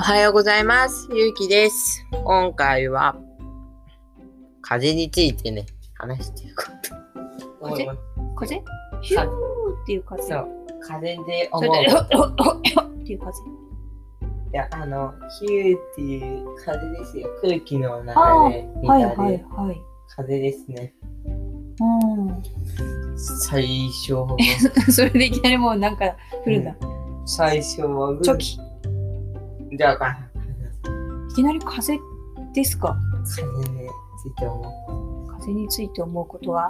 はようございます。ゆうきです。今回は風についてね、話していこうと思います。 風ヒューっていう風。 そう、風でそ思う。 れでっていう風。 いや、ヒューっていう風ですよ。空気の流れみはいたいで、 はいはい。 風ですね。最初それでいきなりもうなんか降るんだ。 最初はチョキ。 じゃあいきなり風ですか。 風について思う。 風について思うことは、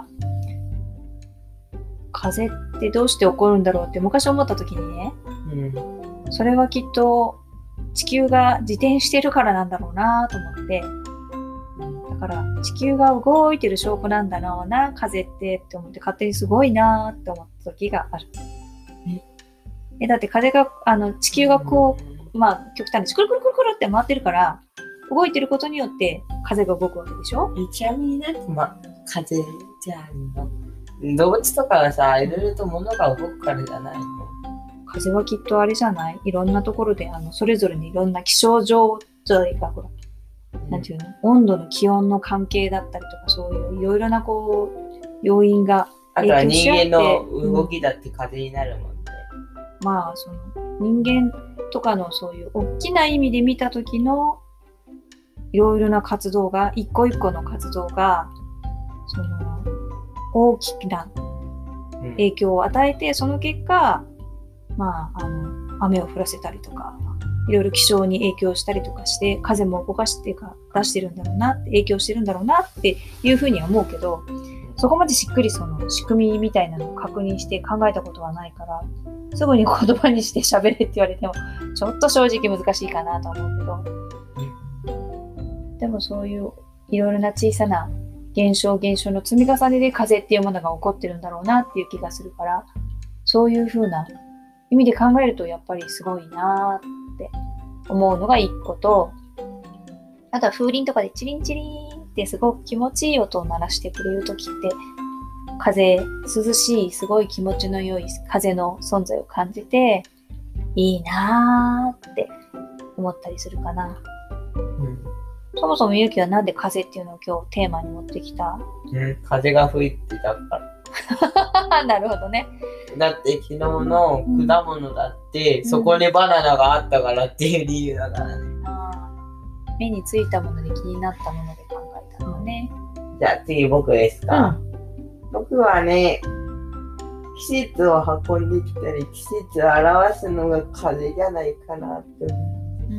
風ってどうして起こるんだろうって昔思った時にね、それはきっと地球が自転してるからなんだろうなと思って、だから地球が動いてる証拠なんだろうな、風って思って勝手にすごいなって思った時がある。だって風が地球がこう、極端にくるくるくるくるって回ってるから動いてることによって風が動くわけでしょ。 ちなみになんて風じゃあの動物とかがさ、いろいろと物が動くからじゃないの？ 風はきっとあれじゃない？いろんなところでそれぞれにいろんな気象条件がなんていうの？温度の気温の関係だったりとか、そういういろいろなこう要因が影響し合って、あとは人間の動きだって風になるもんね。 その人間とかのそういう大きな意味で見た時のいろいろな活動が、一個一個の活動がその大きな影響を与えて、その結果雨を降らせたりとか、いろいろ気象に影響したりとかして、風も動かして出してるんだろうなって、影響してるんだろうなっていうふうには思うけど、そこまでしっくりその仕組みみたいなのを確認して考えたことはないから、すぐに言葉にして喋れって言われてもちょっと正直難しいかなと思うけど、でもそういういろいろな小さな現象の積み重ねで風っていうものが起こってるんだろうなっていう気がするから、そういう風な意味で考えるとやっぱりすごいなって思うのが一個と、あとは風鈴とかでチリンチリンってすごく気持ちいい音を鳴らしてくれるときって、風、涼しい、すごい気持ちの良い風の存在を感じて、いいなーって思ったりするかな。そもそもゆうきはなんで風っていうのを今日テーマに持ってきた？ 風が吹いてたから。 なるほどね。 だって昨日の果物だって、そこにバナナがあったからっていう理由だからね。 目についたもので気になったもので考えたのね。 じゃあ次僕ですか。僕はね、季節を運んできたり、季節を表すのが風じゃないかなって思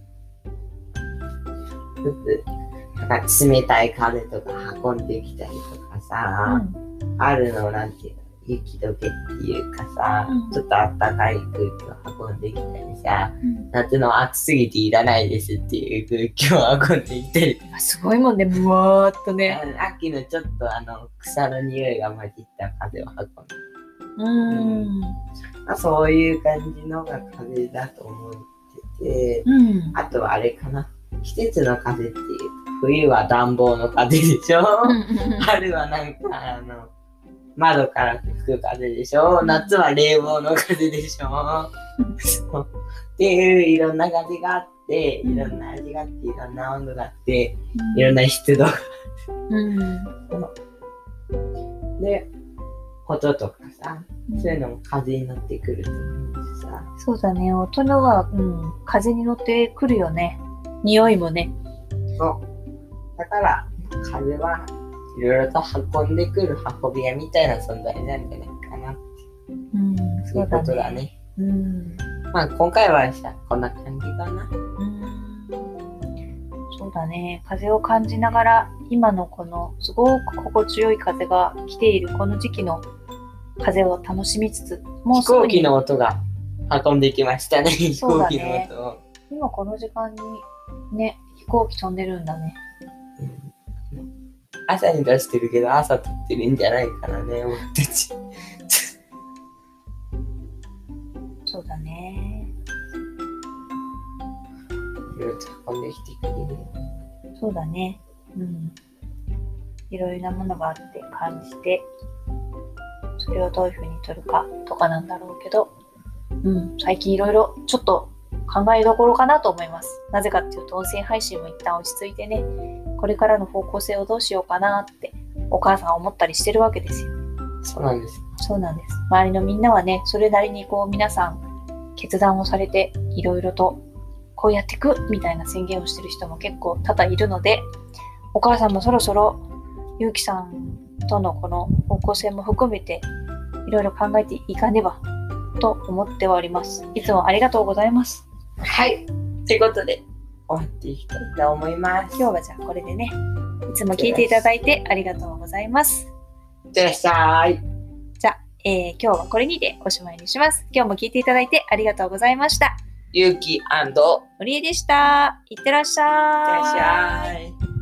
う。なんか冷たい風とか運んできたりとかさ、あるのなんていうの、雪解けっていうかさ、ちょっとあったかい空気を運んできたりさ、夏の暑すぎていらないですっていう空気を運んできたり。 すごいもんね、むわーっとね。 秋のちょっと草の匂いが混じった風を運んで。そういう感じのが風だと思ってて、あとはあれかな。季節の風っていう、冬は暖房の風でしょ。春はなんか窓から吹く風でしょ。夏は冷房の風でしょ。っていういろんな風があって、いろんな味があって、いろんな温度があって、いろんな湿度があって。で、音とかさ、そういうのも風に乗ってくると思うしさ。 そうだね、音のは、風に乗ってくるよね。匂いもね。 そう。だから、風はいろいろと運んでくる運び屋みたいな存在なんじゃないかなって。そういうことだね。今回はさ、こんな感じかな。 そうだね。風を感じながら、今のこのすごく心地よい風が来ているこの時期の風を楽しみつつ、 もう飛行機の音が運んできましたね。飛行機の音を。 今この時間にね、飛行機飛んでるんだね。 朝に出してるけど、朝撮ってるんじゃないかなね、俺たち。 そうだね。 いろいろと運んできてくれる。 そうだね。いろいろなものがあって感じて、それをどういうふうに取るかとかなんだろうけど、最近いろいろちょっと考えどころかなと思います。なぜかっていうと、音声配信も一旦落ち着いてね、これからの方向性をどうしようかなってお母さんは思ったりしてるわけですよ。 そうなんです。 そうなんです。周りのみんなはね、それなりにこう皆さん決断をされて、いろいろとこうやっていくみたいな宣言をしてる人も結構多々いるので、お母さんもそろそろゆうきさんとのこの方向性も含めていろいろ考えていかねばと思っております。いつもありがとうございます。 はい。ということで終わっていきたいと思います。 今日はじゃあこれでね、いつも聞いていただいてありがとうございます。 いってらっしゃい。 じゃあ、今日はこれにておしまいにします。今日も聞いていただいてありがとうございました。 ゆうき& のりえでした。いってらっしゃい。 いってらっしゃい。